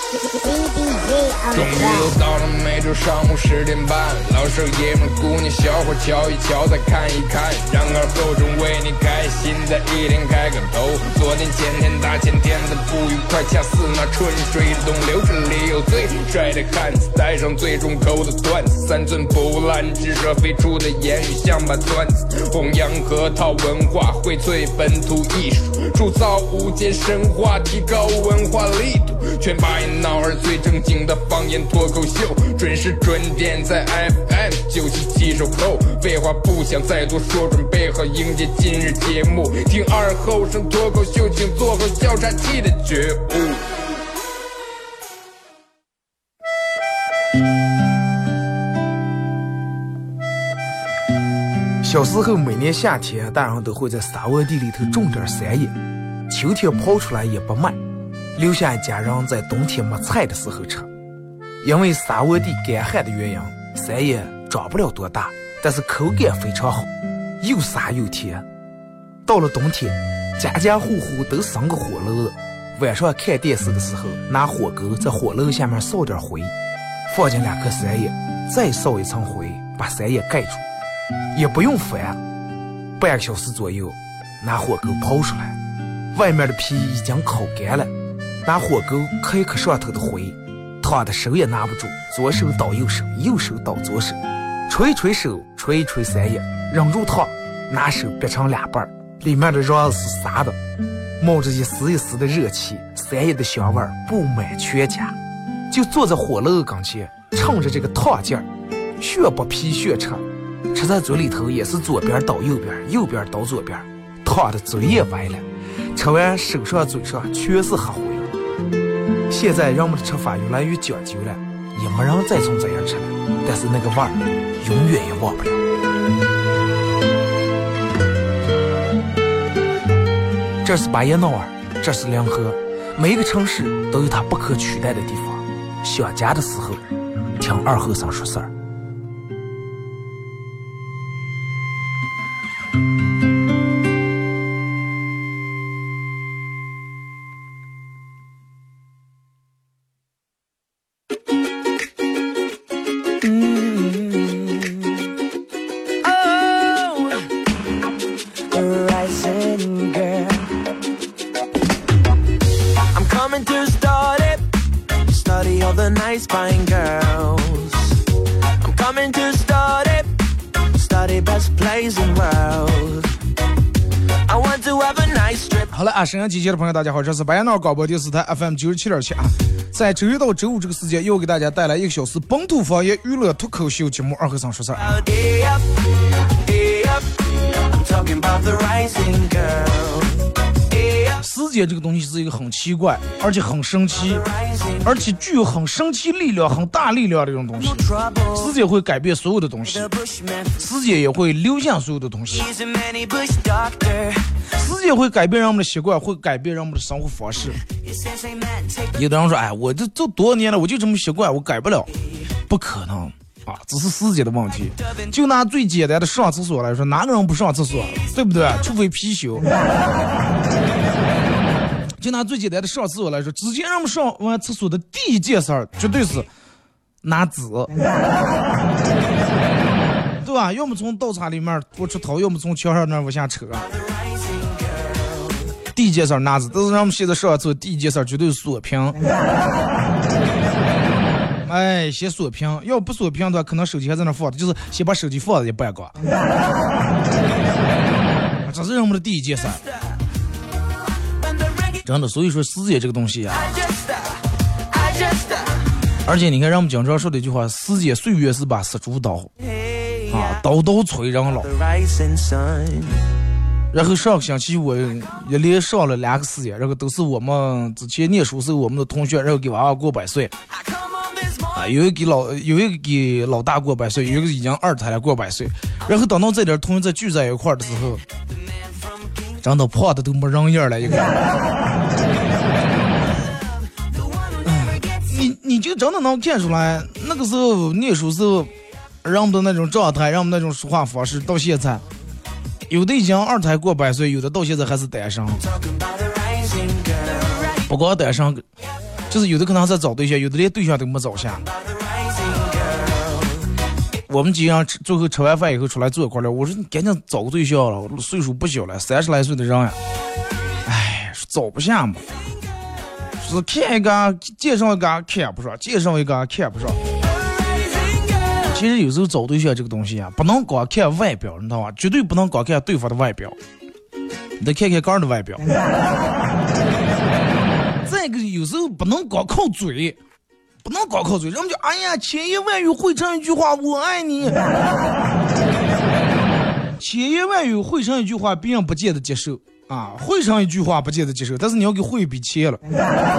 终于又到了每周上午10点半，老少爷们姑娘小伙瞧一瞧再看一看，然而后中为你开心的一天开个头。昨天前天大前天的不愉快，恰似那春水东流，这里有最帅的汉子，带上最重口的段子，3寸不烂之舌飞出的言语像把钻子，弘扬河套文化，荟萃本土艺术，铸造无间神话，提高文化力度，全把一闹儿最正经的方言脱口秀，准时准点在 FM 97收口。废话不想再多说，准备好迎接今日节目，听2后生脱口秀，请做好笑岔气的觉悟。 小时候每年夏天，大人都会在沙窝地里头种点山野，秋天刨出来也不卖，留下一家人在冬天没菜的时候吃。因为沙窝地干旱的原因，山野长不了多大，但是口感非常好，又沙又甜。到了冬天，家家户户都生个火炉子，晚上看电视的时候，拿火钩在火炉下面烧点灰，放进2颗山野，再烧一层灰，把山野盖住，也不用翻。半个小时左右，拿火钩刨出来，外面的皮已经烤干了，拿火钩磕一磕上头的灰，烫的手也拿不住，左手倒右手，右手倒左手，捶一捶手，捶一捶山野，扔入烫，拿手掰成2半，里面的瓤是沙的，冒着一丝一丝的热气，山野的香味布满全家。就坐在火炉跟前，趁着这个烫劲儿，血不皮血吃，吃在嘴里头也是左边倒右边，右边倒左边，烫的嘴也歪了，吃完手上嘴上全是黑灰。现在人们的吃法越来越讲究了，也没人再从这样吃了，但是那个味儿永远也忘不了。这是巴彦淖尔，这是临河，每一个城市都有它不可取代的地方。想家的时候，听2后生说事儿。好了啊，沈阳机械的朋友大家好，这是白彦淖尔广播电视台 FM 97.7啊，在周一到周五这个时间又给大家带来1个小时本土方言娱乐脱口秀节目2后生说事儿。时间这个东西是一个很奇怪，而且很神奇，而且具有很神奇力量、很大力量的一种东西。时间会改变所有的东西，时间也会留下所有的东西。时间会改变人们的习惯，会改变人们的生活方式。有的人说：“哎，我这多少年了，我就这么习惯，我改不了。”不可能啊，只是时间的问题。就拿最简单的上厕所来说，哪个人不上厕所，对不对？除非貔貅。就拿最简单的上厕所来说，之前让我们上完厕所的第一件事儿，绝对是拿纸，对吧？要么从倒茶里面拖出头，要么从墙上那往下扯。第一件事拿纸，但是让我们现在上完厕所第一件事绝对是锁屏。哎，先锁屏，要不锁屏的话，可能手机还在那放着，就是先把手机放在一半挂。这是我们的第一件事。真的，所以说时间这个东西啊，而且你看，让我们经常说的一句话：“时间岁月是把杀猪刀，啊，刀刀催人老。”然后上个星期我一连上了2个时间，然后都是我们之前念书时候我们的同学，然后给娃娃过100岁，啊，有一个给老大过100岁，有一个已经2胎了过100岁，然后等到这点同学再聚在一块儿的时候，真的胖的都没人样了一个。你就真的能看出来，那个时候念书时候人们的那种状态，人们那种说话方式，到现在有的已经2胎过100岁，有的到现在还是单身。不光单身， 就是有的可能在找对象，有的连对象都没找下。我们几个人最后吃完饭以后出来坐一块聊，我说你赶紧找个对象了，岁数不小了，30来岁的人呀，哎，找不下嘛。是看一个介绍一个看不上，介绍一个看不上。其实有时候找对象这个东西啊，不能光看外表，你知道吧？绝对不能光看对方的外表，你得看看个人的外表。再一个，有时候不能光靠嘴，不能光靠嘴，人们就哎呀，千言万语汇成一句话，我爱你。千言万语汇成一句话，别人不见得接受啊，汇成一句话不见得接受，但是你要给汇一笔钱了，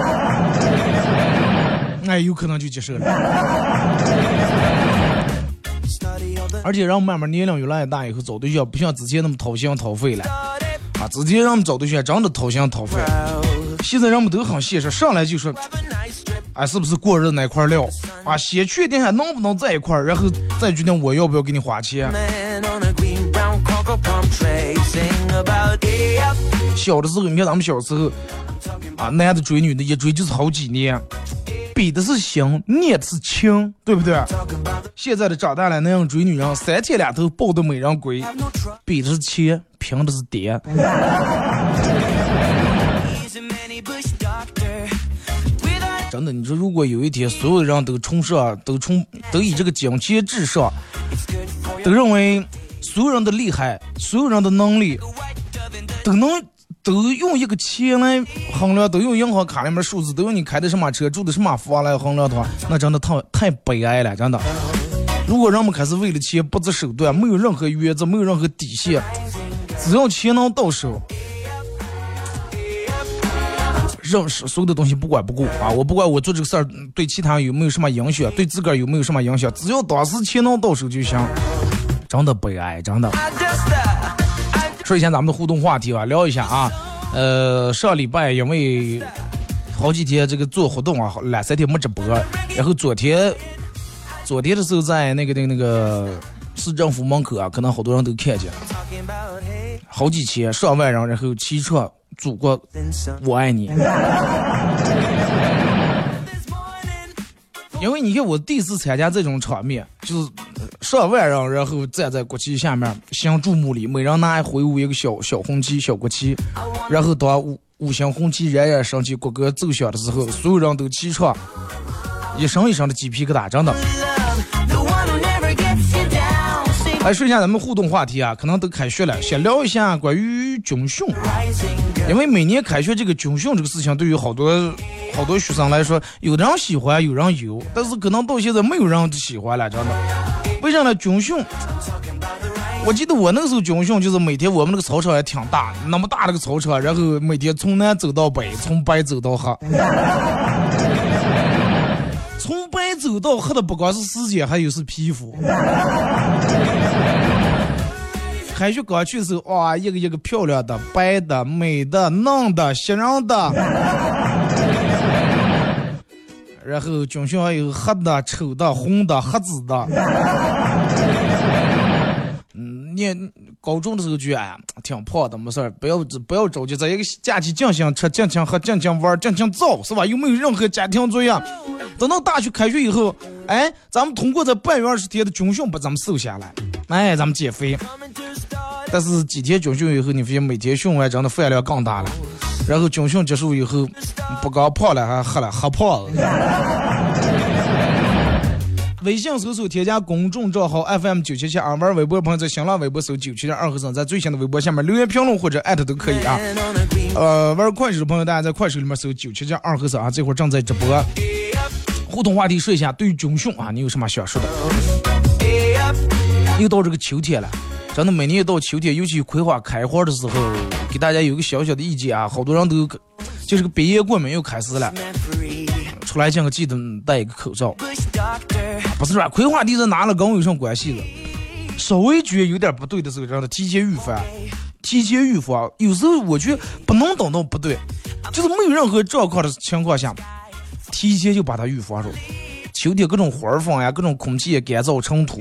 那有可能就接受了。而且让慢慢年龄越来越大以后找对象不像之前那么掏心掏肺了啊！之前让我们找对象真的掏心掏肺，现在人们都很现实，上来就说啊是不是过日子哪块料啊，先确定下能不能在一块儿，然后再决定我要不要给你花钱。小的时候你看咱们小时候啊，男的追女的一追就是好几年，比的是心，念的是情，对不对？现在的长大了那样追女人，3天2头抱得美人归，比的是钱，凭的是爹。真的，你说如果有一天所有人都都以这个金钱至上，都认为所有人的厉害，所有人的能力都用一个钱来衡量，都用银行卡里面数字，都用你开的什么车住的什么房来衡量的话，那真的太悲哀了，真的。如果人们开始为了钱不择手段，没有任何原则，没有任何底线，只要钱能到手，认识所有的东西不管不顾啊！我不管我做这个事儿对其他人有没有什么影响，对自个儿有没有什么影响，只要当时钱能到手就行。真的悲哀，真的。说一下咱们的互动话题啊，聊一下啊。上礼拜因为好几天这个做活动啊，2-3天没直播，然后昨天的时候在那个市政府门口啊，可能好多人都看见了，好几千上万人，然后骑车祖国我爱你。因为你看我第一次参加这种场面，就是上万人，然后站在国旗下面行注目礼，每人拿回屋一个小红旗、小国旗，然后当五星红旗冉冉升起，国歌奏响的时候，所有人都齐唱，一声一声的鸡皮疙瘩，真的。来说一下咱们互动话题啊，可能都开学了，先聊一下关于军训啊，因为每年开学这个军训这个事情，对于好多学生来说，有的人喜欢，有人有，但是可能到现在没有人喜欢了，真的。为啥呢？军训，我记得我那个时候军训就是每天我们那个操场还挺大，那么大那个操场，然后每天从南走到北，从白走到黑。从白走到黑的不光是时间，还有是皮肤。开学刚去的时候，哇，一个漂亮的、白的、美的、嫩的、吸人的。然后军训还有黑的、丑的、红的、黑子的。念高中的时候就挺胖的，没事儿，不要着急，在一个假期尽情吃、尽情喝、尽情玩、尽情造，是吧？又没有任何家庭作业。等到大学开学以后，哎，咱们通过这8月20天的军训把咱们瘦下来，哎，咱们减肥。但是几天军训以后，你发现每天训完真的饭量更大了。然后军训结束以后，不光胖了，还喝胖了。微信搜索添加公众账号 FM977，玩微博朋友在新浪微博搜97.2和尚，在最新的微博下面留言评论或者艾特都可以啊。玩快手的朋友，大家在快手里面搜97.2和尚啊，这会儿正在直播。互动话题说一下，对于军训啊，你有什么想说的？又到这个秋天了，真的每年一到秋天，尤其葵花开花的时候，给大家有一个小小的意见啊，好多人都就是个鼻炎过敏又开始了，出来见个记得戴一个口罩。不是吧？葵花地拿了跟我有什么关系了？稍微觉得有点不对的时候，让他提前预防。有时候我觉得不能等到不对，就是没有任何状况的情况下，提前就把它预防住。秋天各种花粉呀，各种空气也干燥尘土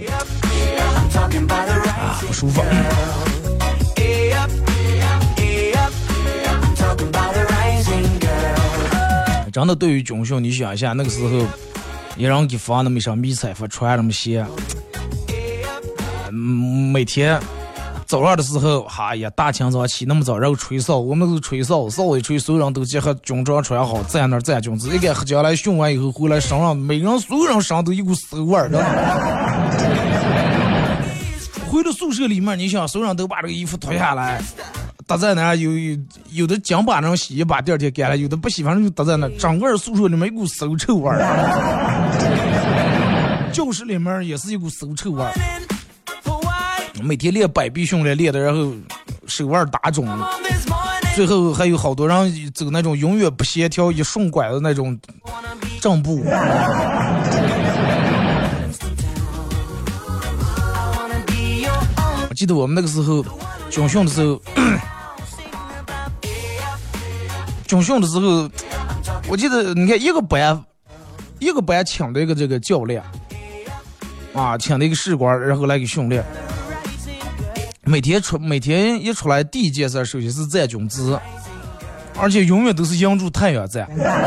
啊，不舒服。 真的对于军训，你想一下，那个时候一人给发那么一身迷彩服，穿那么些，每天早上的时候，哎呀，大清早起那么早，然后吹哨，我们都吹哨，哨一吹，所有人都结合军装穿好，站那儿站军姿，一个喝将来训完以后回来，身上每个人所有人身上都一股馊味儿的。回到宿舍里面，你想，所有人都把这个衣服脱下来。搭在那有的讲把那洗一把，第二天干了；有的不洗，反正就搭在那。整个宿舍里面一股馊臭味儿，教室里面也是一股馊臭味儿。每天练摆臂训练，练的然后手腕打肿，最后还有好多人走那种永远不协调、一顺拐的那种正步。我记得我们那个时候军训的时候。军训的时候，我记得你看一个班请的一个这个教练啊，请的一个士官，然后来给训练。每天一出来，第一件事首先是站军姿，而且永远都是迎住太阳站，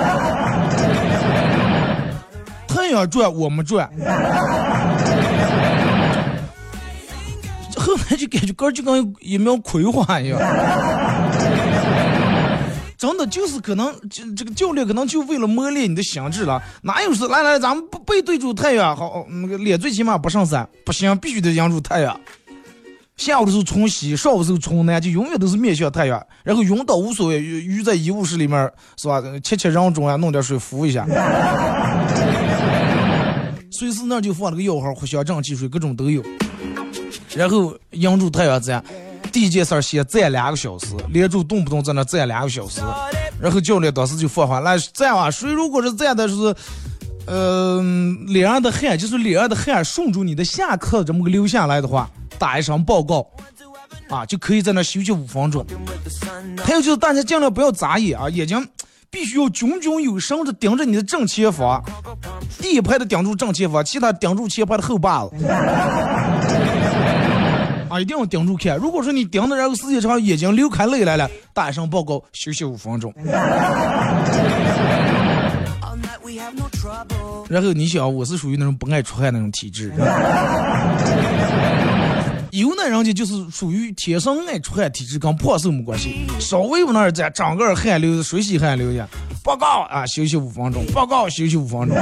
太阳转我们转。后来就感觉哥就跟一苗葵花一样。真的就是可能这个教练可能就为了磨练你的心智了，哪有说来咱们不背对住太阳，好那个脸最起码不上山，不行，必须得迎住太阳。下午的时候冲西，上午的时候冲南，就永远都是面向太阳，然后晕倒无所谓，鱼在医务室里面是吧，切人中呀，弄点水敷一下。随时那就放了个药号，藿香正气水各种都有，然后迎住太阳站。第一件事先站2个小时，连住动不动在那站2个小时，然后教练当时就放话来站啊，谁如果是站的是，脸上的汗，就是脸上的汗顺住你的下课这么个流下来的话，打一声报告，啊，就可以在那休息5分钟。还有就是大家尽量不要眨眼啊，眼睛必须要炯炯有神的盯着你的正前方，第一排的盯住正前方，其他盯住前排的后把子。啊，一定要盯住看。如果说你盯的，然后时间长眼睛流开泪来了，打一声报告，休息5分钟。然后你想，我是属于那种不爱出汗那种体质，有那人家就是属于天生爱出汗体质，跟胖瘦没关系，稍微往那儿站，长个汗流，水洗汗流一下，报告啊，休息5分钟，报告休息5分钟。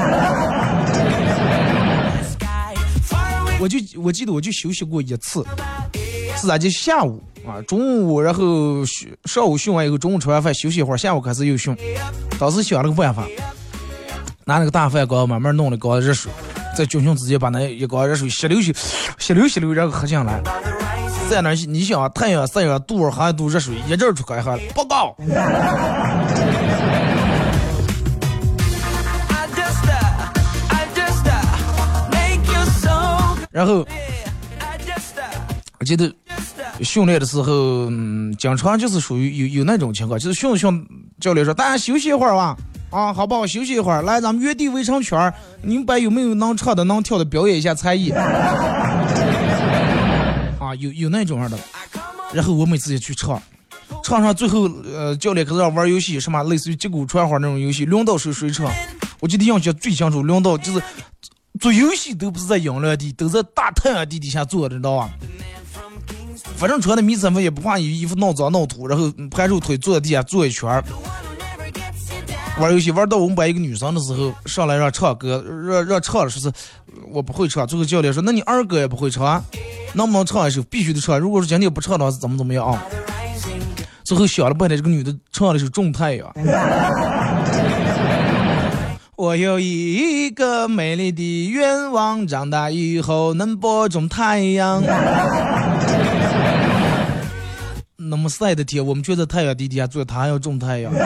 我记得我就休息过一次，是咱就下午啊，中午然后上午训完以后，中午吃完饭休息一会儿，下午开始又训。当时想了个办法，拿那个大饭缸慢慢弄了缸热水，在军训之间把那一缸热水吸溜，然后喝进来。在那你想啊，太阳晒阳，肚儿含一肚热水，一阵出开喝了，报告。然后我记得训练的时候，经常就是属于有那种情况，就是训教练说大家休息一会儿吧，啊，好不好？休息一会儿，来咱们原地围成圈，你们班有没有能唱的能跳的表演一下才艺？啊，有那种样的。然后我每次也去唱上最后教练可是让玩游戏，什么类似于击鼓传花那种游戏，轮到谁唱。我记得印象最清楚，轮到就是做游戏都不是在养乐地，都在大太阳地底下做的，知道吧？反正穿的迷彩服也不怕衣服闹脏闹土，然后盘着腿坐在地下坐一圈玩游戏，玩到我们班一个女生的时候，上来让唱歌，让唱的说是我不会唱，最后教练说那你二哥也不会唱，能不能唱一首？必须得唱，如果是今天不唱的话是怎么样啊？最后想了半天，这个女的唱的是《种太阳》。我有一个美丽的愿望，长大以后能播种太阳。那么晒的天，我们却在太阳底下坐，他还要种太阳。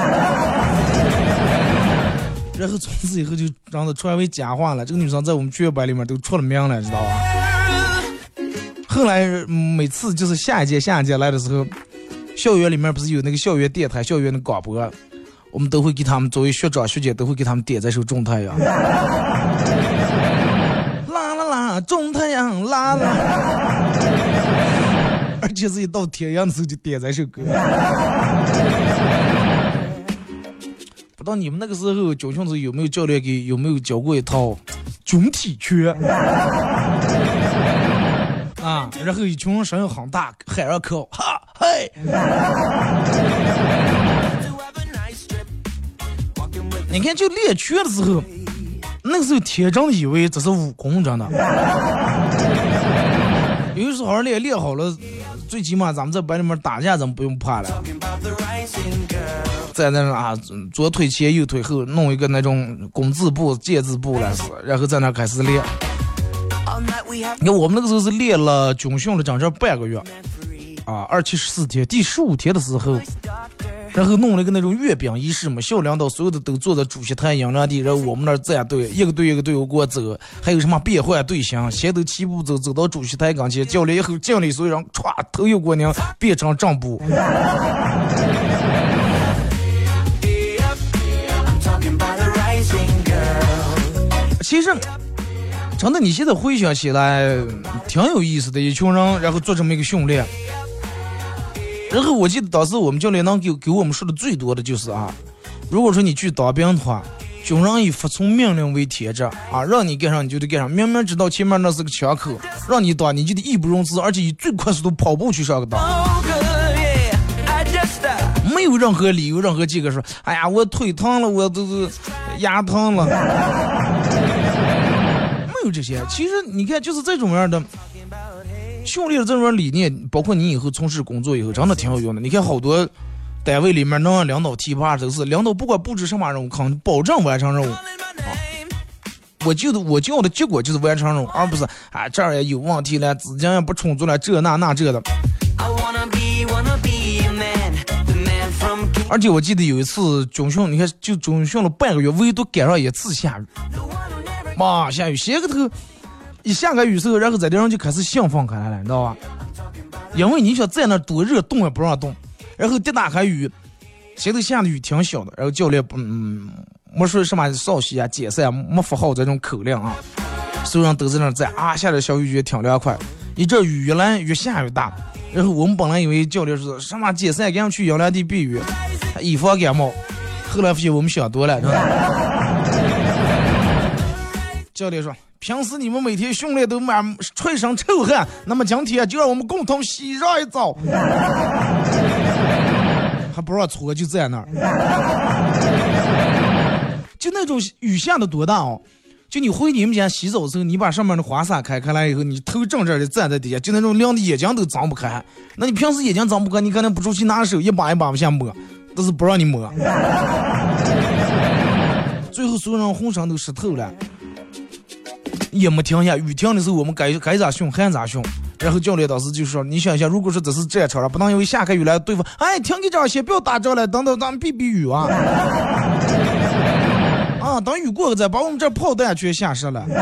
然后从此以后就让他传为佳话了。这个女生在我们学班里面都出了名了，知道吧？后来每次就是下一届来的时候，校园里面不是有那个校园电台、校园的广播。我们都会给他们作为学长学姐都会给他们点这首《种太阳》。啦啦啦，种太阳，啦啦。而且是一到天阳的时候就点这首歌。 不知道你们那个时候军训时有没有教练有没有教过一套军体拳啊？然后一群人声音很大，喊上口哈嘿。你看，就练拳的时候，那个时候天真以为这是武功，真的。有的时候好像练好了，最起码咱们在班里面打架，咱们不用怕了。在那啊，左腿前右腿后，弄一个那种弓字步、箭字步来死，然后在那开始练。你看我们那个时候是练了军训了整整半个月啊，27、14天，第15天的时候。然后弄了一个那种阅兵仪式嘛，校领导所有的都坐在主席台仰着地，然后我们那儿站队，一个队一个队伍给我走，还有什么变换队形，先头齐步走到主席台跟前，教练以后敬礼，所有人歘头又过娘变成正步。其实真的你现在回想起来挺有意思的，一群人然后做这么一个训练。然后我记得当时我们教练能给我们说的最多的就是啊，如果说你去当兵的话，军人以服从命令为天职啊，让你干上你就得干上，明明知道前面那是个枪口，让你当你就得义不容辞，而且以最快速度跑步去上个当，没有任何理由任何借口说，哎呀我腿疼了，我都是牙疼了，没有这些。其实你看就是这种样的训练的这种理念，包括你以后从事工作以后，真的挺有用的。你看好多单位里面能让领导提拔，都是领导不管布置什么任务，肯保证完成任务。我教的结果就是完成任务，而不是啊这儿也有问题了，资金也不充足了，这那这的。而且我记得有一次军训，你看就军训了半个月，唯独赶上一次下雨，妈下雨斜个头。一下个雨时候，然后在地上就开始兴奋开来了，你知道吧？因为你想在那多热，动也不让动，然后一打开雨，现在下的雨挺小的，然后教练没说什么少息啊、解散啊，没发号这种口令啊，所有人都在那在啊，下点小雨也挺凉快。一阵雨越来越下越大，然后我们本来以为教练说什么解散，赶紧去阳凉地避雨，以防感冒。后来发现我们想多了，知道吧？教练说。平时你们每天训练都满吹上臭汗，那么今天就让我们共同洗上一澡，还不让搓，就在那儿，就那种雨下的多大哦！就你回你们家洗澡的时候，你把上面的花洒开来以后，你头正这儿的站在底下，就那种亮的眼睛都张不开。那你平时眼睛张不开，你可能不出去拿手一把一把往下摸，但是不让你摸，最后所有人浑身都湿透了。也没停下，雨停的时候我们该咋训还咋训。然后教练当时就说：“你想一下，如果说这是战场了，不能因为下开雨来对付，哎，停给这先不要打仗了，等咱们避雨啊！啊，等雨过了再把我们这炮弹全下湿了，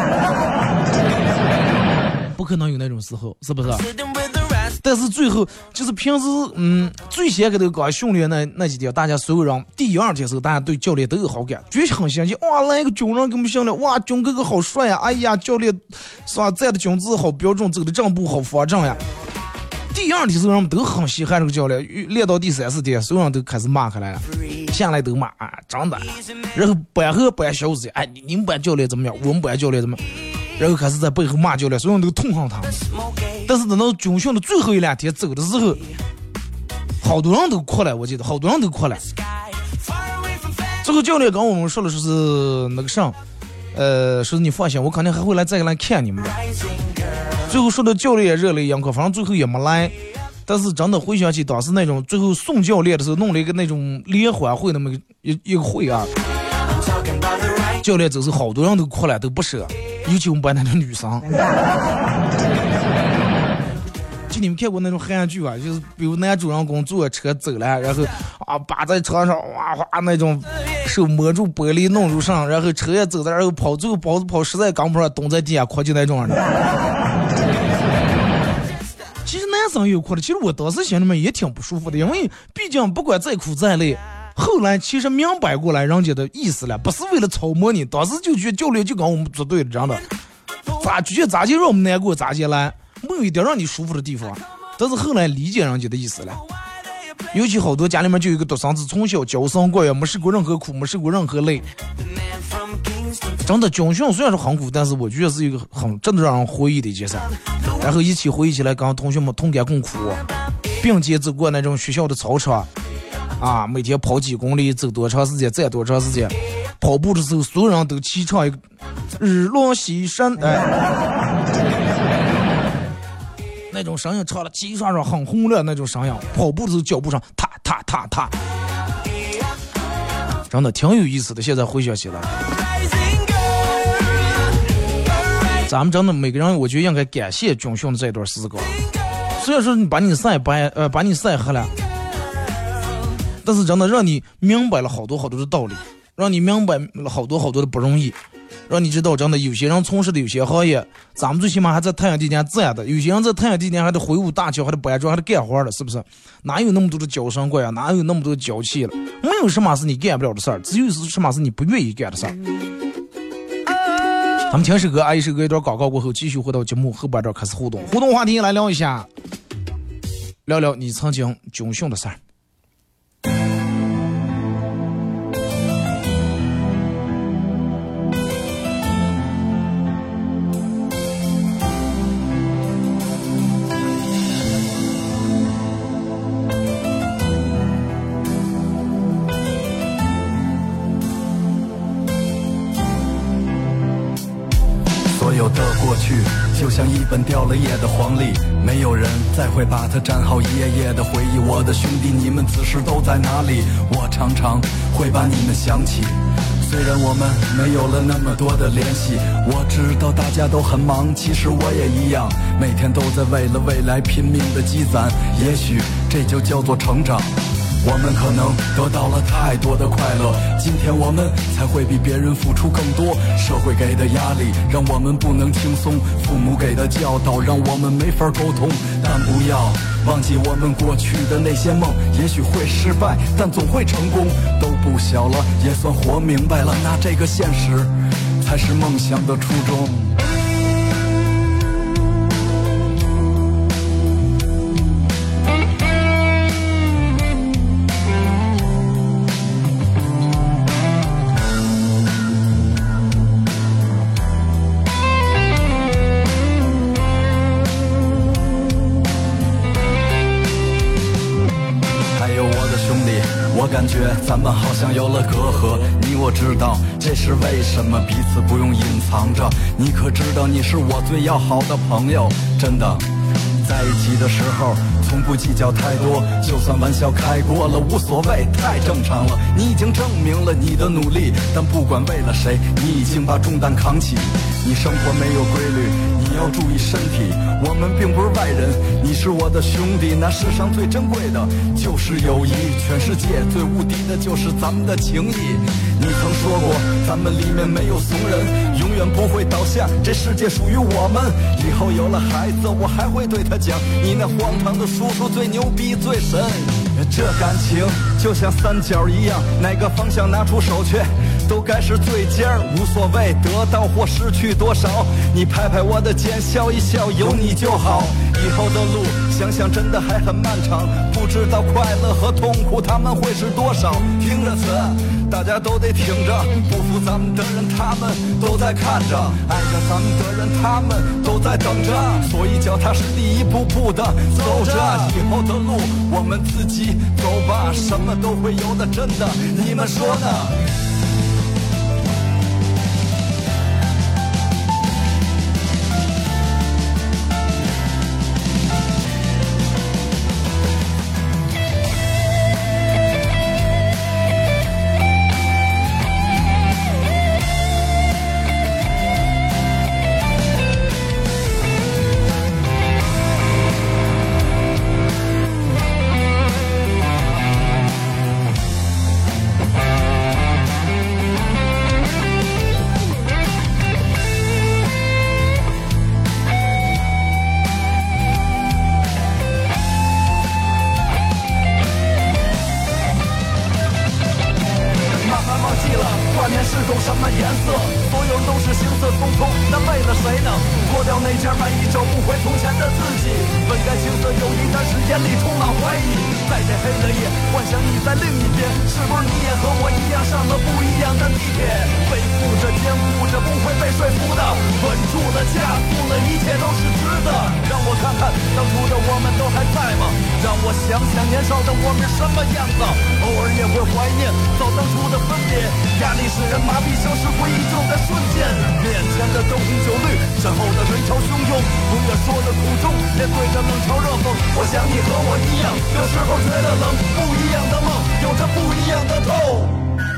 不可能有那种时候，是不是？”但是最后就是平时最先给他搞训练那几天，大家所有人第2天的时候，大家对教练都有好感，觉得很相信。哇，来一个军人给我们训练，哇，军哥哥好帅呀！哎呀，教练是吧，站的军姿好标准，走的正步好方正呀。第2天的时候，人们都很稀罕这个教练，练到第3、4天，所有人都开始骂开来了，下来都骂啊，真的。然后班和班小子，哎，你们班教练怎么样？我们班教练怎么样？然后开始在背后骂教练，所有人都痛恨他。但是等到军训的最后1、2天走的时候，好多人都哭了，我记得好多人都哭了。最后教练跟我们说的是那个上，说你放心，我肯定还会再来看你们的。最后说的教练也热泪盈眶，反正最后也没来。但是真的回想起当时那种最后送教练的时候，弄了一个那种联欢会那么一个会啊，教练走时好多人都哭了，都不舍，尤其我们班那个女生。就你们看过那种韩剧啊，就是比如男主人公坐车走了，然后啊扒在车上哇哇那种手摸住玻璃弄住上，然后车也走在，然后跑最后跑实在刚不上，蹲在地下哭就那种的。其实男生也有哭的，其实我当时心里面也挺不舒服的，因为毕竟不管再苦再累，后来其实明白过来人家的意思了，不是为了操磨你，当时就觉得教练就跟我们作对了，真的，咋就让我们难过咋就来。没有一点让你舒服的地方，但是后来理解人家的意思了。 尤其好多家里面就有一个独生子，从小娇生惯养，没受过任何苦，没受过任何累。真的军训虽然说很苦，但是我觉得是一个很真的让人回忆的一件事。然后一起回忆起来，跟同学们同甘共苦，并且走过那种学校的操场啊，每天跑几公里，走多长时间，站多长时间。跑步的时候，所有人都齐唱一个日落西山，那种声音唱的齐刷刷很洪亮那种声音，跑步的时候脚步上踏踏踏踏，真的挺有意思的。现在回想起来，咱们真的每个人，我觉得应该感谢军训的这段时光。虽然说你把你晒黑了，但是真的让你明白了好多好多的道理，让你明白了好多好多的不容易。让你知道，真的有些人从事的有些行业，咱们最起码还在太阳地点站的，有些人在太阳地点还得挥舞大旗，还得搬砖，还得干活的，是不是？哪有那么多的娇生惯养，哪有那么多的娇气了？没有什么是你干不了的事儿，只有什么是你不愿意干的事儿。咱们听首歌，一首歌一段广告过后，继续回到节目后半段开始互动话题，来聊一下，聊聊你曾经军训的事儿。 所有的过去就像一本掉了页的黄历，没有人再会把它粘好一页页的回忆。我的兄弟，你们此时都在哪里？我常常会把你们想起，虽然我们没有了那么多的联系。我知道大家都很忙，其实我也一样，每天都在为了未来拼命的积攒，也许这就叫做成长。我们可能得到了太多的快乐，今天我们才会比别人付出更多。社会给的压力让我们不能轻松，父母给的教导让我们没法沟通。但不要忘记我们过去的那些梦，也许会失败，但总会成功。都不小了，也算活明白了，那这个现实才是梦想的初衷。我感觉咱们好像有了隔阂，你我知道这是为什么，彼此不用隐藏着。你可知道你是我最要好的朋友，真的在一起的时候从不计较太多，就算玩笑开过了无所谓，太正常了。你已经证明了你的努力，但不管为了谁，你已经把重担扛起。你生活没有规律，你要注意身体。我们并不是外人，你是我的兄弟，那世上最珍贵的就是友谊，全世界最无敌的就是咱们的情谊。你曾说过咱们里面没有怂人，永远不会倒下，这世界属于我们。以后有了孩子，我还会对他讲，你那荒唐的叔叔最牛逼最神。这感情就像三角一样，哪个方向拿出手去都该是最尖儿，无所谓得到或失去多少，你拍拍我的肩，笑一笑，有你就好。以后的路想想真的还很漫长，不知道快乐和痛苦他们会是多少。听着词大家都得听着，不服咱们的人他们都在看着，爱着咱们的人他们都在等着，所以脚踏实地一步步的走着，以后的路我们自己走吧，什么都会有的，真的，你们说呢？ 是种什么颜色？所有人都是行色匆匆，那为了谁呢？脱掉那件外衣，找不回从前的自己。本该青涩有力，但是眼里充满怀疑。在这黑的夜，幻想你在另一边，是不是你也和我一样上了不一样的地铁？背负着肩负着，不会被说服的，稳住了，加速了，一切都是值得。让我看看当初的我们都还在吗？让我想想年少的我们什么样子，偶尔也会怀念早当初的分别。压力使人麻痹，消失回忆中的瞬间。面前的灯红酒绿，身后的人潮汹涌，永远说的苦衷，面对着冷嘲热讽。我想你和我一样，有时候觉得冷，不一样的梦，有着不一样的痛。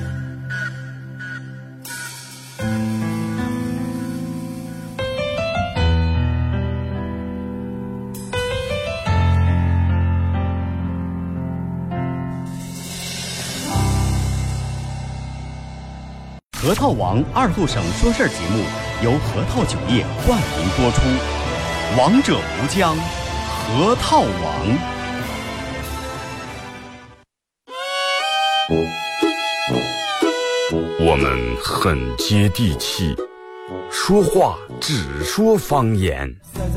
核桃王二后省说事儿节目由核桃酒业冠名播出，王者无疆，核桃王。 我们很接地气，说话只说方言。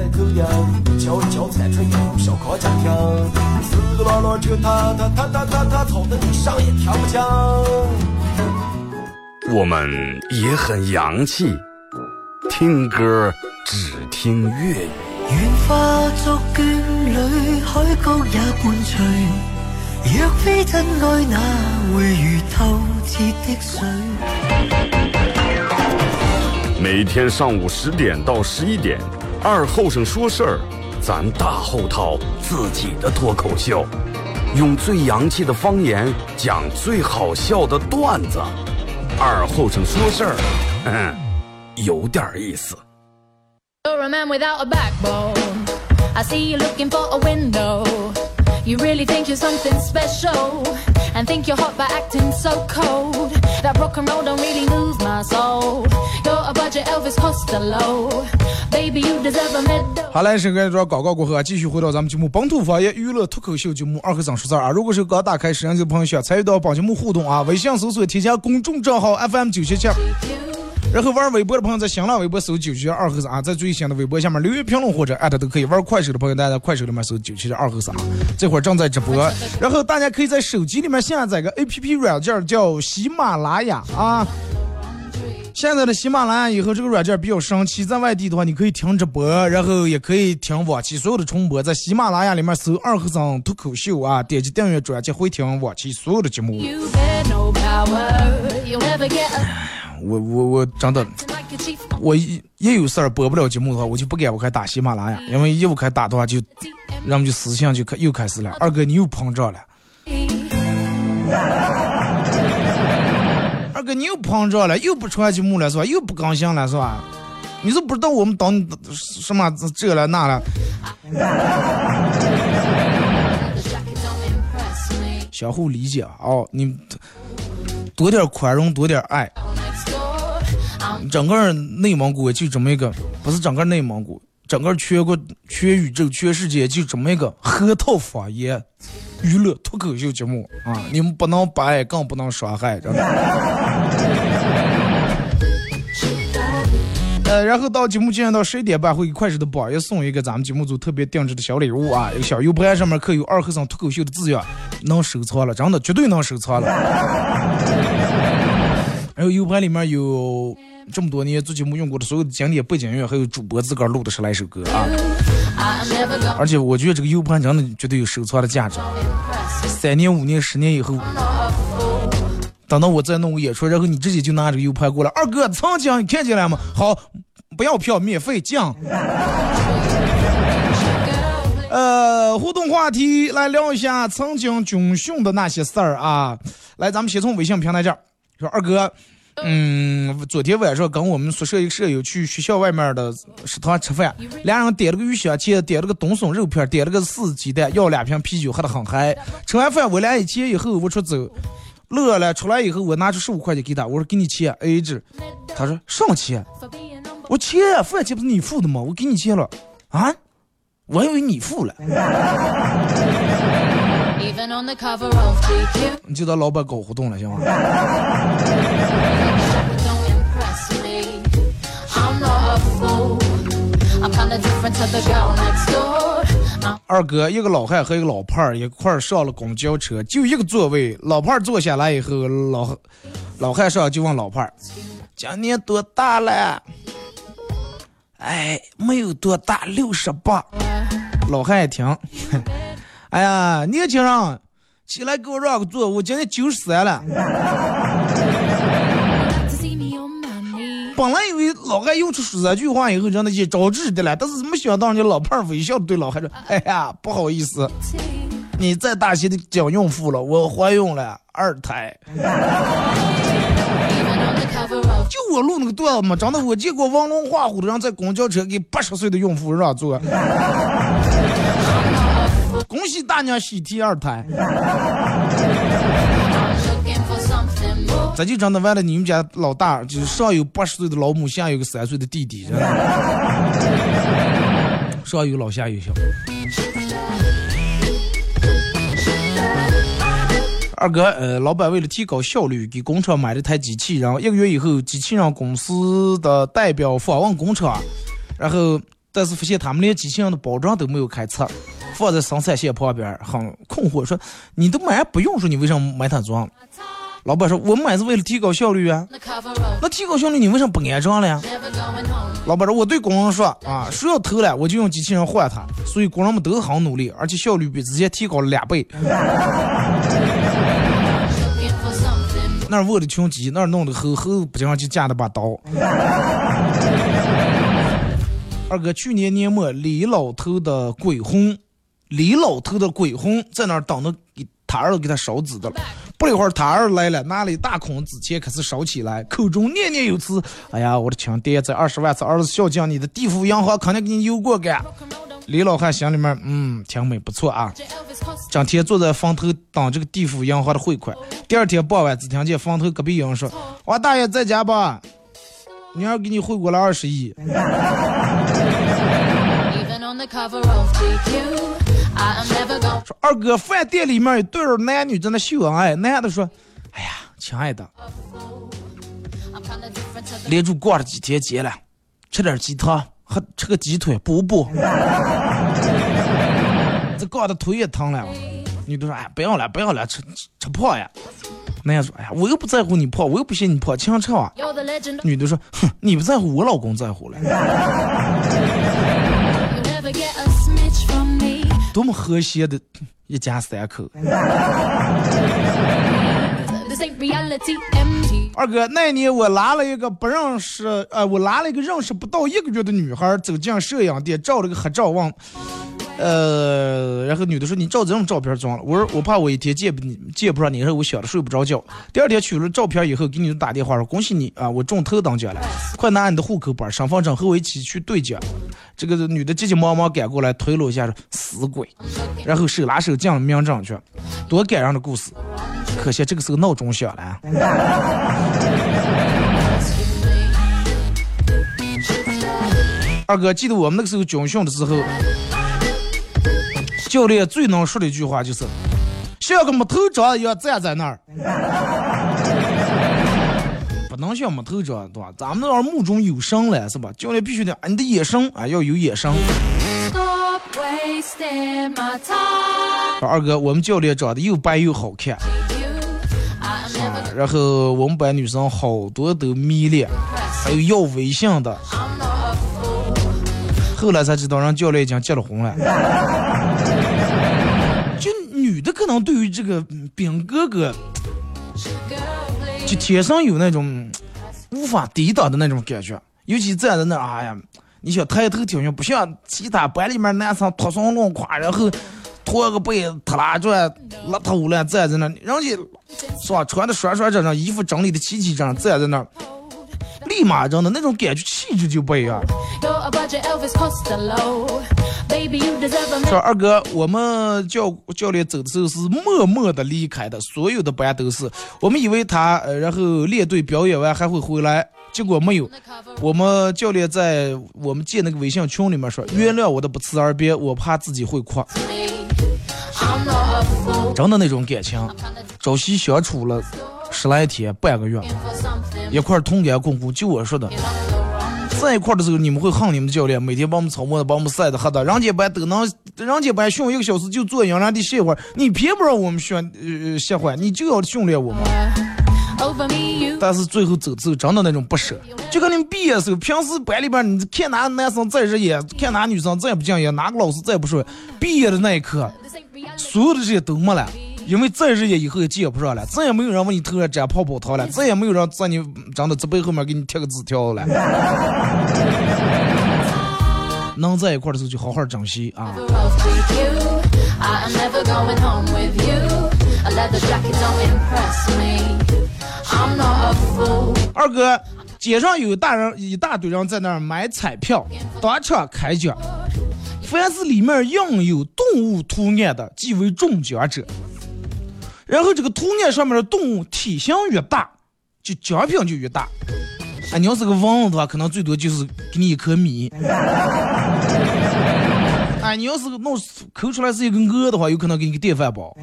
我们也很洋气，听歌只听粤语。 愿化作眷侣，海角也伴随。若非真爱，哪會如透徹的水？ 每天上午10點到11點，二後生說事兒，咱大後套自己的脫口秀，用最洋氣的方言講最好笑的段子。二後生說事兒，有點意思。 You're a man without a backbone. I see you looking for a window. You really think you're something special and think you're hot by acting so cold. That rock and roll don't really lose my soul. You're a budget Elvis Costello. Baby, you deserve a medal. 好嘞，是跟着广告过后啊，继续回到咱们节目本土方言娱乐脱口秀节目二和尚说事儿啊。如果是刚打开摄像机的朋友想参与到本节目互动啊，微信搜索添加公众账号 FM977。然后玩微博的朋友在新浪微博搜977二和尚啊，在最新的微博下面留言评论或者艾特都可以。玩快手的朋友，大家在快手里面搜977二和尚，这会儿正在直播。然后大家可以在手机里面下载个 APP 软件叫喜马拉雅啊。现在的喜马拉雅以后这个软件比较神奇，在外地的话你可以听直播，然后也可以听往期所有的重播。在喜马拉雅里面搜二和尚脱口秀啊，点击订阅专辑会听往期所有的节目。我真的，我一有事儿播不了节目的话，我就不敢我开打喜马拉雅，因为一我开打的话就，人们就思想就又开始了。二哥你又膨胀了，二哥你又膨胀了，又不传节目了是吧？又不更新了是吧？你都不知道我们当什么这了那了。相互理解哦，你多点宽容，多点爱。整个内蒙古就这么一个，不是整个内蒙古，整个全国、全宇宙、全世界就这么一个核桃方言娱乐脱口秀节目啊！你们不能不爱，更不能伤害，真的。然后到节目进行到11点半，会给快手的榜也送一个咱们节目组特别定制的小礼物啊，一个小 U 盘上面刻有二和尚脱口秀的字样，能收藏了，真的绝对能收藏了。然后 U 盘里面有这么多年做节目用过的所有的经典背景音乐，还有主播自个儿录的10来首歌啊！而且我觉得这个 U 盘真的绝对有收藏的价值。3年、5年、10年以后，等到我再弄个演出，然后你直接就拿这个 U 盘过来，二哥曾经你看见了吗？好，不要票，免费降。互动话题来聊一下曾经军训的那些事儿啊！来，咱们先从微信平台这儿说，二哥。昨天晚上跟我们宿舍一个舍友去学校外面的食堂吃饭，俩人点了个鱼香切，点了个冬笋肉片，点了个4鸡蛋，要2瓶啤酒，喝得很嗨。吃完饭我俩一切以后我出走，乐了出来以后我拿出15块钱给他，我说给你钱 AA 制，他说上钱，我钱饭钱不是你付的吗？我给你钱了啊，我还以为你付了。 你就当老板搞活动了，行吗？二哥，一个老汉和一个老胖儿一块儿上了公交车，就一个座位。老胖儿坐下来以后，老汉上就问老胖儿：“今年多大了？”哎，没有多大，68。老汉一听，哎呀，年轻人，起来给我让个座，我今年93了。本来以为老汉用出3句话以后，让他一招致的了，但是没想到人家老胖微笑对老汉说：“哎呀，不好意思，你再大些的讲孕妇了，我怀孕了2胎。”就我录那个段子嘛，真的我见过王龙画虎的人在公交车给80岁的孕妇让座。恭喜大娘喜提2胎。咱就真的为了你们家老大，就是上有80岁的老母，下有个3岁的弟弟，上有老下有小。二哥，老板为了提高效率，给工厂买了台机器，然后1个月以后，机器人公司的代表访问工厂，然后但是发现他们连机器人的包装都没有开测，放在生产线旁边，很困惑，说你都买不用，说你为什么买它装？老板说我买是为了提高效率啊，那提高效率你为什么不安装了呀？老板说我对工人说啊，谁要偷了我就用机器人换它，所以工人们都很努力，而且效率比之前提高了2倍。那儿握的穷急，那儿弄的后不经常就架了把刀。二哥，去年年末李老头的鬼魂在那儿等着给他儿子给他烧纸的了。不一会儿他儿来了，拿了一大捆纸钱开始烧起来，口中念念有词：“哎呀，我的亲爹，这20万次儿子孝敬你的地府银行肯定给你有过干。”李老汉心里面挺美不错啊，整天坐在房头等这个地府银行的汇款。第二天傍晚只听见房头隔壁有人说：“王大爷在家吧？女儿给你汇过来20亿。”说二哥，饭店里面有对儿男女在那秀恩爱，男的说：“哎呀，亲爱的，连住挂了几天节了，吃点鸡汤，还吃个鸡腿补补。这挂的腿也疼了。”女的说：“哎，不要了，吃胖呀。”男的说：“哎呀，我又不在乎你胖，我又不嫌你胖，请吃啊。”女的说：“哼，你不在乎，我老公在乎了。”多么和谐的一家3口。二哥，那年我拉了一个认识不到1个月的女孩走进摄影店，照了个合照问，然后女的说：“你照这种照片装了？”我说：“我怕我一天见不上你，然后我想着睡不着觉。”第二天取了照片以后，给女的打电话说：“恭喜你啊，我中头等奖了，快拿你的户口本、身份证和我一起去兑奖。”这个女的急急忙忙赶过来，推了一下说：“死鬼！”然后手拉手进了民政局，多感人的故事。可惜这个时候闹钟响了。二哥，记得我们那个时候军训的时候，教练最能说的一句话就是：“像个木头桩一样站在那儿。”不能像木头桩，对吧？咱们那儿目中有神了，是吧？教练必须得，你的眼神啊要有眼神。二哥，我们教练长得又白又好看，然后我们班女生好多都迷恋，还有要微信的。后来才知道，让教练已经结了婚了。就女的可能对于这个兵哥哥，就天生有那种无法抵挡的那种感觉，尤其站在那，哎呀，你想抬头挺胸，不像其他班里面男生脱双乱胯，然后脱个被特拉转邋遢污烂站在那，人家是吧，穿的刷刷整整，衣服整理的齐齐整整，站在那，立马真的那种感觉气质就不一样。说二哥，我们教练走的时候是默默的离开的，所有的班都是，我们以为他然后列队表演完还会回来，结果没有。我们教练在我们建那个微信群里面说：“原谅我的不辞而别，我怕自己会哭。” 真的那种感情，朝夕相处了10来天半个月，一块同甘共苦。就我说的，在一块的时候你们会恨你们的教练，每天把我们操磨的，把我们晒的黑的，人家班训1个小时就坐营，让你歇会儿，你偏不让我们歇会儿，你就要训练我们。但是最后走真的那种不舍，就跟你们毕业的时候，平时班里边你看哪个男生再日眼，看哪个女生再不敬业，哪个老师再不说，毕业的那一刻所有的这些都没了，因为再日眼以后也见不上了，再也没有人往你头上沾泡泡糖了，再也没有人在你长的这背后面给你贴个纸条了。能在一块的时候就好好珍惜啊。二哥，街上有一大堆人在那儿买彩票，当场开奖，凡是里面印有动物图案的即为中奖者，然后这个图案上面的动物体型越大，就奖品就越大。啊，你要是个蚊子的话，可能最多就是给你一颗米。哎，你要是抠出来是一个鹅的话，有可能给你个电饭煲。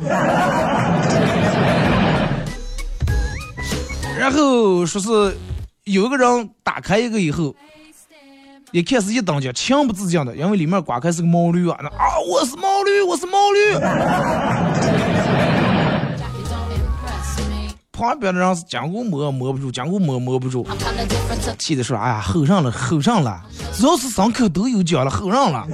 然后说是有一个人打开一个以后，也开始一等奖，情不自禁的，因为里面刮开是个毛驴啊，我是毛驴，我是毛驴。旁边的人是讲过摸不住，讲过摸不住，气的说：“哎呀，吼上了，只要是伤口都有奖了，吼上了。”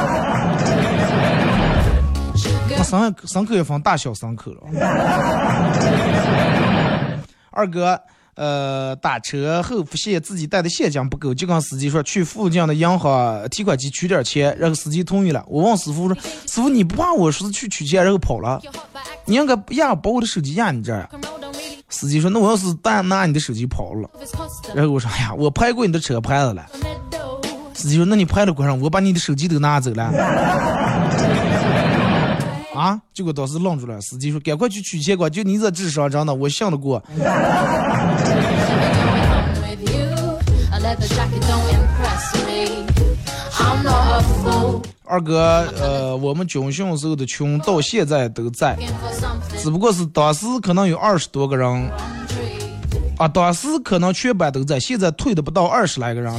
那伤口也分大小伤口了。二哥，打车后发现自己带的现金不够，就跟司机说去附近的银行提款机取点钱，然后司机同意了。我问师傅说：“师傅，你不怕我说是去取钱然后跑了？你应该把我的手机压你这儿。”司机说：“那我要是拿你的手机跑了。”然后我说：“哎呀，我拍过你的车牌子了。”司机说：“那你拍了关上，我把你的手机都拿走了。”啊！结果当时愣住了。司机说：“赶快去取钱吧，就你这智商，真的我信得过。”二哥，我们军训时候的群到现在都在，只不过是当时可能有20多个人啊，当时可能全班都在，现在退的不到20来个人了。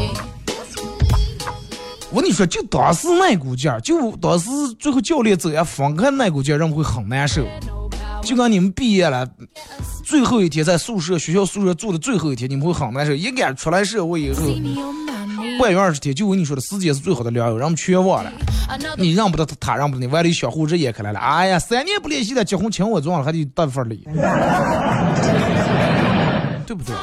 我跟你说，就当时那股劲儿，就当时最后教练走呀分开那股劲儿，人们会很难受。就跟你们毕业了，最后一天在学校宿舍住的最后一天，你们会很难受。一赶出来社会以后，半月20天，就我跟你说的，时间是最好的良友，让我们全忘了。你让不得他让不得你，外里小胡子也开来了。哎呀，3年不联系的，结婚请我装了，还得单份礼，对不对？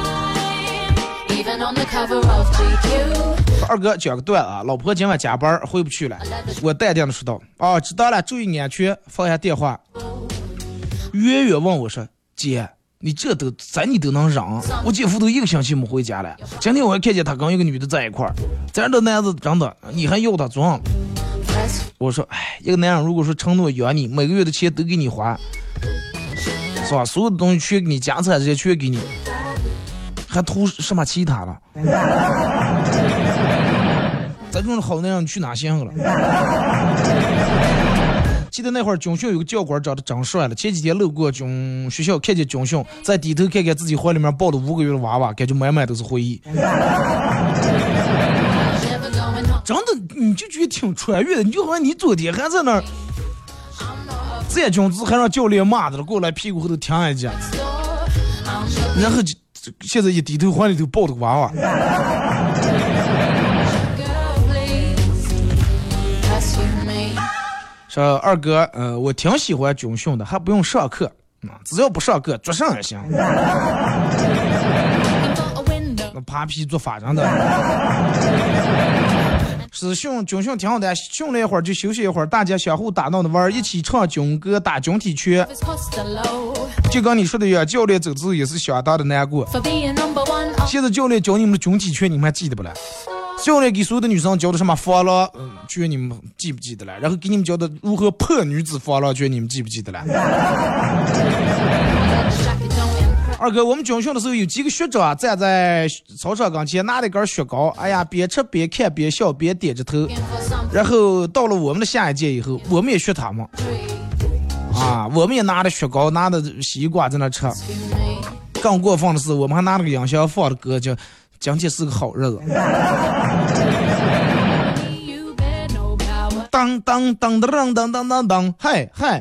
二哥讲个段啊，老婆今晚加班回不去了，我淡定的说道：“哦，知道了，注意安全。”放下电话，远远问我说：“姐，你这都你都能忍？我姐夫都1个星期没回家了，今天我还看见他跟一个女的在一块儿，咱这男子真的，你还要他装？”我说：“哎，一个男人如果说承诺养你，每个月的钱都给你花，是吧？所有的东西全给你，家产这些全给你。”还图什么其他了？咱这种好男人去哪行了？记得那会儿军训有个教官长得真帅了，前几天路过学校，看见军训，再低头看看自己怀里面抱的5个月的娃娃，感觉满满都是回忆。真的，你就觉得挺穿越的，你就好像你昨天还在那儿在军姿，还让教练骂的了，过来屁股后头停一下，然后就。现在一低头怀里头抱的娃娃。说二哥，我挺喜欢军训的，还不用上课，只要不上课做上也行。那扒皮做法上的。是军训挺好的，训了一会儿就休息一会儿，大家相互打闹的玩，一起唱军歌，打军体拳。就跟你说的一样，教练走之后也是相当的难过。现在教练教你们的军体拳，你们还记得不了？教练给所有的女生教的什么防狼拳，你们记不记得了？然后给你们教的如何破女子防狼拳，你们记不记得了？二哥，我们军训的时候有几个学长站在操场跟前，拿了一根雪糕，哎呀，边吃边看边笑边点着头。然后到了我们的下一届以后，我们也学他们啊， 啊，我们也拿着雪糕，拿着西瓜在那吃。更过分的是，我们还拿了个音箱放的歌，叫今天是个好日子。当当当当当当当当，嗨嗨。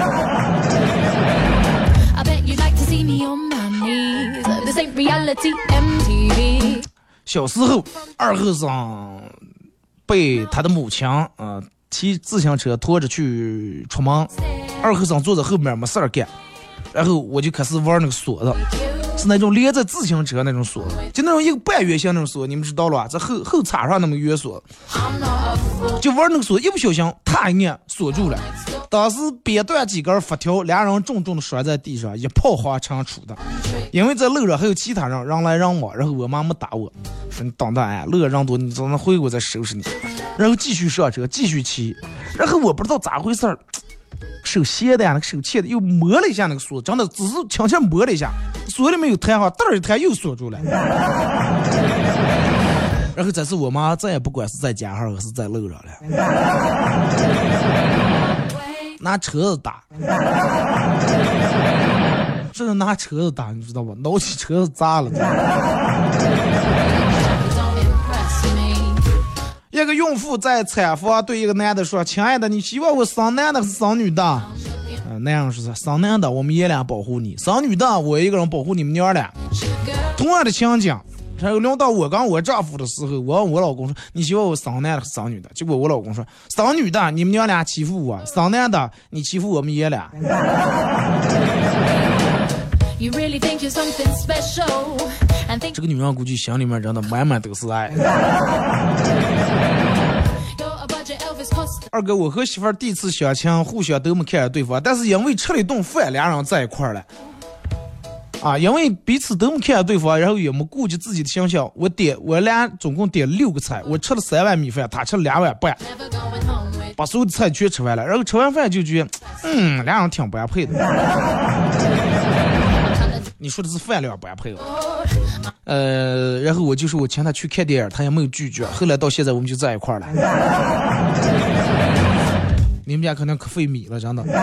小时候，二后生被他的母亲骑自行车拖着去出门，二后生坐在后面没事儿干，然后我就开始玩那个锁子，是那种连着自行车那种锁子，就那种一个半圆形那种锁，你们知道了吧？在后插上那么圆锁，就玩那个锁，一不小心踏一按锁住了。当时别断几根发条，俩人重重的摔在地上，一泡花成出的。因为在路上还有其他人让来让往，然后我妈没打我，说你当大爷，路上人多，你等他回我再收拾你。然后继续上车，继续骑，然后我不知道咋回事儿，手歇的呀，那个手切的，又摸了一下那个锁，真的只是轻轻摸了一下，锁里面有弹哈，嘚儿一弹又锁住了。然后这次我妈再也不管是在家还是在路上了，拿车子打，这是拿车子打，你知道吧？脑起车子砸了。一个孕妇在产房对一个男的说：“亲爱的，你希望我生男的还是生女的？”男人说：“生男的，我们爷俩保护你；生女的，我一个人保护你们娘俩。”同样的情景，然后轮到我跟我丈夫的时候，我问我老公说：“你希望我生男的还是生女的？”结果我老公说：“生女的，你们娘俩欺负我；生男的，你欺负我们爷俩。”这个女人估计心里面真的满满都是爱。二哥，我和媳妇儿第一次相亲，互相都没看着对方，但是因为吃了一顿饭，俩人在一块儿了。因为彼此都没看着对方，然后也没顾及自己的形象。我俩总共点了6个菜，我吃了3碗米饭，他吃了2碗半，把所有的菜全吃完了。然后吃完饭就觉得，俩人挺不配的。你说的是饭量不配哦。然后我就说我请他去看电影，他也没有拒绝。后来到现在我们就在一块儿了。你们家可能可费米了，真的。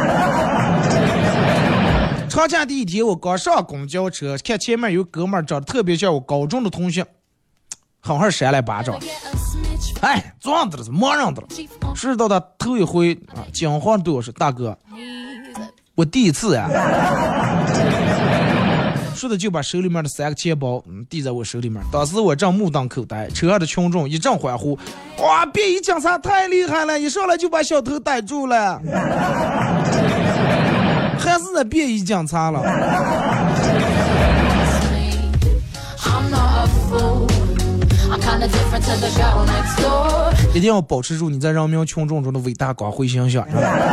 长假第一天，我刚上公交车，看前面有哥们儿长得特别像我高中的同学，狠狠扇来巴掌。哎，撞的了，是忙人的了。知道他头一回讲话对我说：“大哥，我第一次呀。”说的就把手里面的3个钱包递在我手里面，当时我正目瞪口呆，车上的群众一阵欢呼，哇！便衣警察太厉害了，一上来就把小偷逮住了，还是那便衣警察了。一定要保持住你在人民群众中的伟大光辉形象。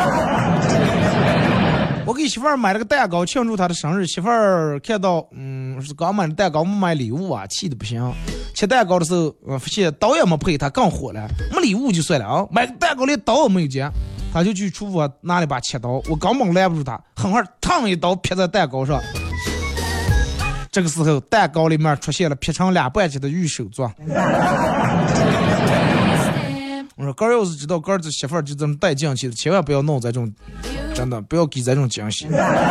我给媳妇儿买了个蛋糕庆祝她的生日，媳妇儿看到是刚买的蛋糕没买礼物啊，气得不行。切蛋糕的时候发现刀也没配，她更火了，没礼物就算了啊，买个蛋糕连刀也没有接，她就去厨房拿了把切刀，我根本拦不住她，狠狠烫一刀劈在蛋糕上。这个时候蛋糕里面出现了劈成2半截的玉手镯。我说哥要是知道哥这媳妇儿就这么带进去的，千万不要弄这种，真的不要给这种惊喜。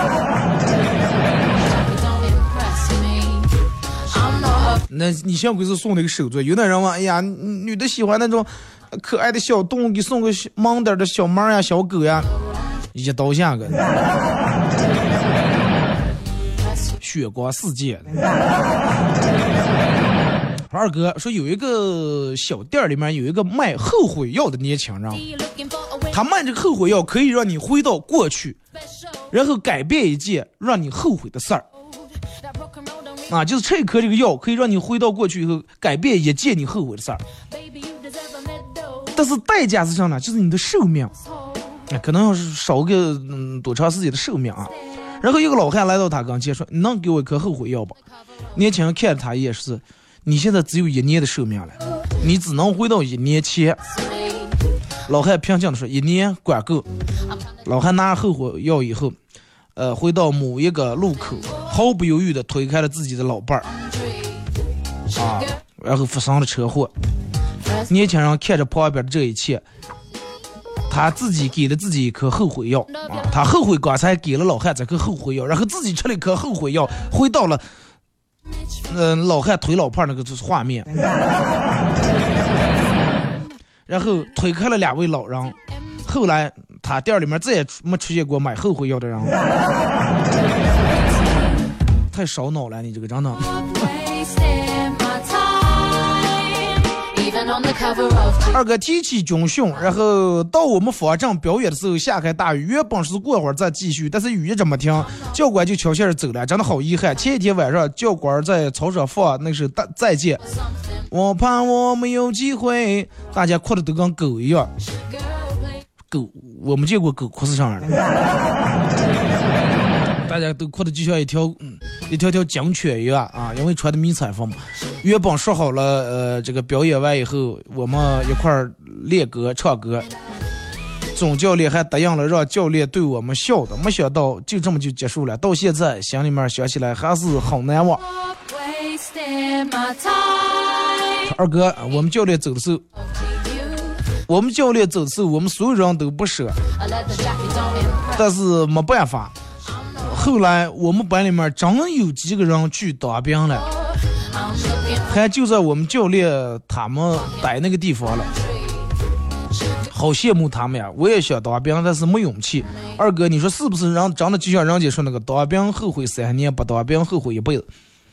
那你像鬼是送那个手镯，有的人问，哎呀，女的喜欢那种可爱的小动物，给送个萌点的小猫呀、小狗呀，一刀下个血光世界。二哥说有一个小店里面有一个卖后悔药的年轻人，他卖这个后悔药可以让你回到过去，然后改变一件让你后悔的事儿。就是这颗这个药可以让你回到过去以后改变一件你后悔的事儿，但是代价是什么呢？就是你的寿命，可能要是少个多长时间的寿命啊。然后一个老汉来到他跟前说：“你能给我一颗后悔药吧？”年轻人看着他也是。你现在只有1年的寿命了，你只能回到1年前。老汉平静的说：“1年管够。”老汉拿后悔药以后，回到某一个路口，毫不犹豫的推开了自己的老伴儿，然后发生了车祸。年轻人看着旁边的这一切， 他自己给了自己一颗后悔药啊，他后悔刚才给了老汉这颗后悔药，然后自己吃了一颗后悔药，回到了老汉推老胖那个画面，然后推开了2位老人，后来他店里面再也没出现过买后悔药的人，太烧脑了，你这个真的。二哥提起军训，然后到我们方阵表演的时候下开大雨，原本是过会儿再继续，但是雨一直没停，教官就悄悄走了，真的好遗憾。前一天晚上教官在操场放那是再见，我怕我没有机会，大家哭的都跟狗一样。狗，我们见过狗哭死上来了，大家都哭的就像一条警犬一样啊，因为穿的迷彩服嘛。原本说好了，这个表演完以后，我们一块儿练歌唱歌。总教练还答应了让教练对我们笑的，没想到就这么就结束了。到现在心里面想起来还是好难忘。二哥，我们教练走的时候，我们所有人都不舍，但是没办法。后来我们班里面真有几个人去当兵了，还就在我们教练他们待那个地方了，好羡慕他们呀！我也想当兵，但是没勇气。二哥，你说是不是人真的就像人家说那个当兵后悔3年，不当兵后悔一辈子？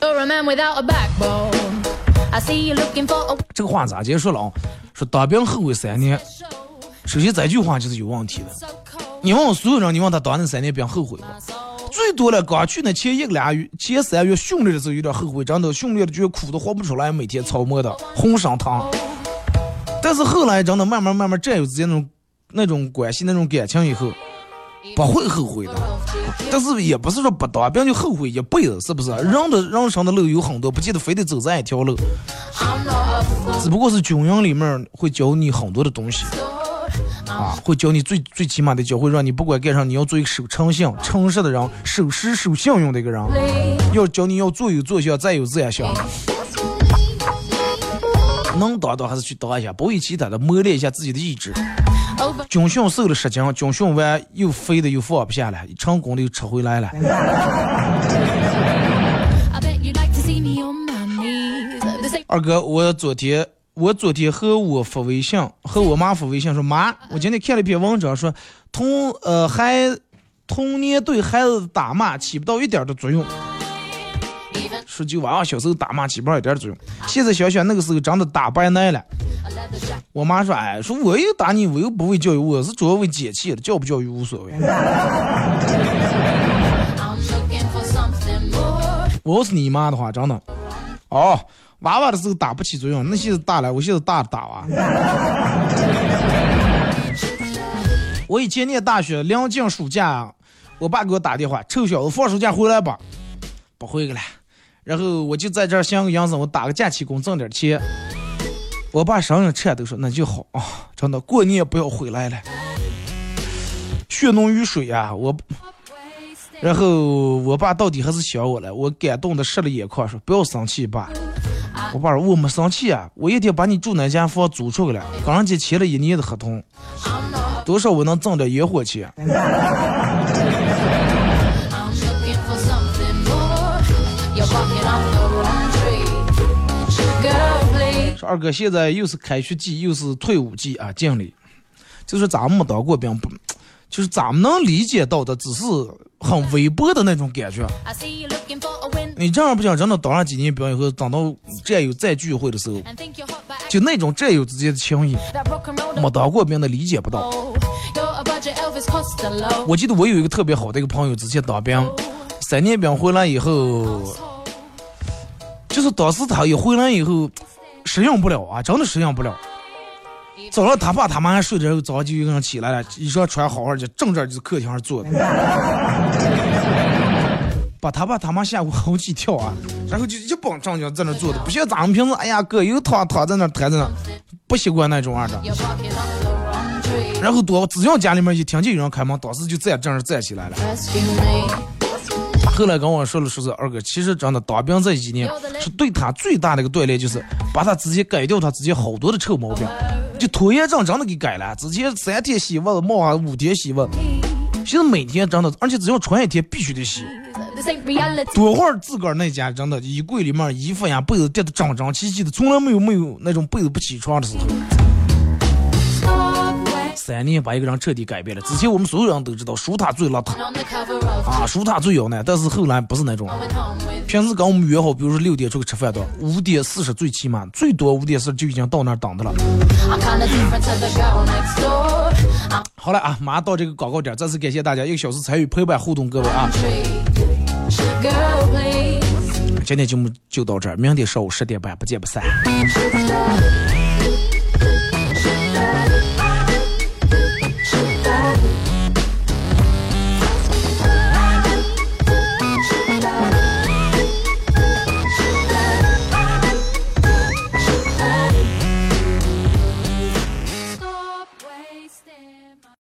这个话咋结束了啊？说当兵后悔3年，首先这句话就是有问题的。你问所有人，你问他当那3年兵后悔吗？最多了，刚去那前3月训练的时候有点后悔，真的训练的觉得苦的活不出来，每天操磨的红上汤。但是后来真的慢慢战友之间那种关系那种感情以后，不会后悔的。但是也不是说不当兵就后悔一辈子，是不是？人生的路有很多，不见得非得走这一条路，只不过是军营里面会教你很多的东西。啊，会教你最起码的教会让你不管干啥，你要做一个守诚信、诚实的人，守时守信用的一个人。要教你要做有做相，再有自然相。能当还是去当一下，不为其他的，磨练一下自己的意志。军训瘦了10斤，军训完又肥的又放不下了，成功的又吃回来了。二哥，我昨天和我妈发微信说，妈，我今天看了一篇文章说，童年对孩子的打骂起不到一点的作用。说就娃娃小时候打骂起不到一点作用，现在想想那个时候真的打白耐了。我妈说，哎，说我又打你，我又不为教育，我是主要为解气的，教不教育无所谓。我要是你妈的话，真的，哦。娃娃的时候打不起作用，那现在大了，我现在大娃。我以前念大学，临近暑假，我爸给我打电话，臭小子，放暑假回来吧。不回来了，然后我就在这儿想个样子，我打个假期工挣点钱。我爸声音颤抖说，那就好啊，真的过年不要回来了。血浓于水啊，然后我爸到底还是想我了，我感动的湿了眼眶，说不要生气爸。我爸说我没生气啊，我一天把你住那间房租出去了，跟人家签了1年的合同，多少我能挣点烟火钱。说二哥现在又是开学季又是退伍季啊，敬礼。就是咱们没当过兵，就是咱们能理解到的只是很微薄的那种感觉。你这样不讲，真的当上几年兵以后，等到战友再聚会的时候，就那种战友之间的情谊，没当过兵的理解不到。我记得我有一个特别好的一个朋友，之前当兵3年兵回来以后，就是当时他一回来以后适应不了啊，真的适应不了。早上他爸他妈还睡着，然后早上就一个人起来了，衣裳穿好好的，正这就是客厅上坐的，把他爸他妈吓过好几跳啊，然后就一帮正经在那坐的，不像咱们平时，哎呀哥又躺在那躺在那，不习惯那种样的。然后只要家里面一听见有人开门，当时就正式站起来了。后来跟我说了，说是二哥，其实真的当兵这几年是对他最大的一个锻炼，就是把他直接改掉他自己好多的臭毛病。 就拖延症真的给改了。之前3天洗袜子，冒啊5天洗袜子，现在每天真的，而且只要穿一天必须得洗。多会儿自个儿那家真的衣柜里面衣服呀被子叠得整整齐齐的，从来没有那种被子不起床的时候。3年把一个人彻底改变了。之前我们所有人都知道舒塔最邋遢啊，舒塔最有耐，但是后来不是那种。平时跟我们约好，比如说6点出去吃饭的，5点40最起码，最多5点40就已经到那儿等的了。好了啊，马上到这个广告点，再次感谢大家1个小时参与陪伴互动，各位啊。今天节目就到这儿，明天上午10点半不见不散。